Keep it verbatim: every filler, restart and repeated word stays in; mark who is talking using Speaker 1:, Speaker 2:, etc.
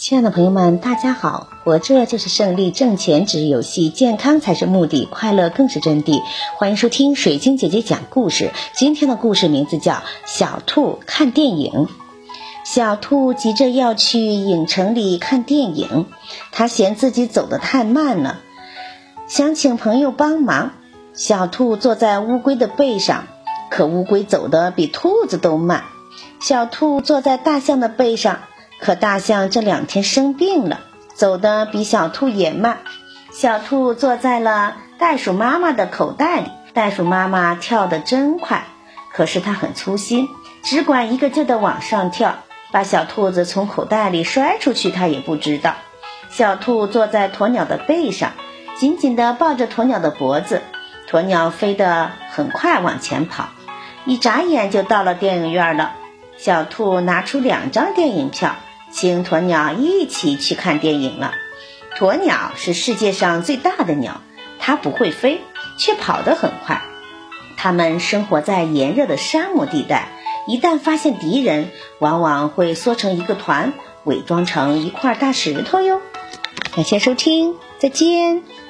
Speaker 1: 亲爱的朋友们，大家好！活着就是胜利，挣钱只是游戏，健康才是目的，快乐更是真谛。欢迎收听水晶姐姐讲故事。今天的故事名字叫小兔看电影。小兔急着要去影城里看电影，他嫌自己走得太慢了，想请朋友帮忙。小兔坐在乌龟的背上，可乌龟走得比兔子都慢。小兔坐在大象的背上，可大象这两天生病了，走得比小兔也慢。小兔坐在了袋鼠妈妈的口袋里，袋鼠妈妈跳得真快，可是它很粗心，只管一个劲地往上跳，把小兔子从口袋里摔出去它也不知道。小兔坐在鸵鸟的背上，紧紧地抱着鸵鸟的脖子，鸵鸟飞得很快往前跑，一眨眼就到了电影院了。小兔拿出两张电影票，请鸵鸟一起去看电影了。鸵鸟是世界上最大的鸟，它不会飞，却跑得很快。它们生活在炎热的沙漠地带，一旦发现敌人，往往会缩成一个团，伪装成一块大石头哟。感谢收听，再见。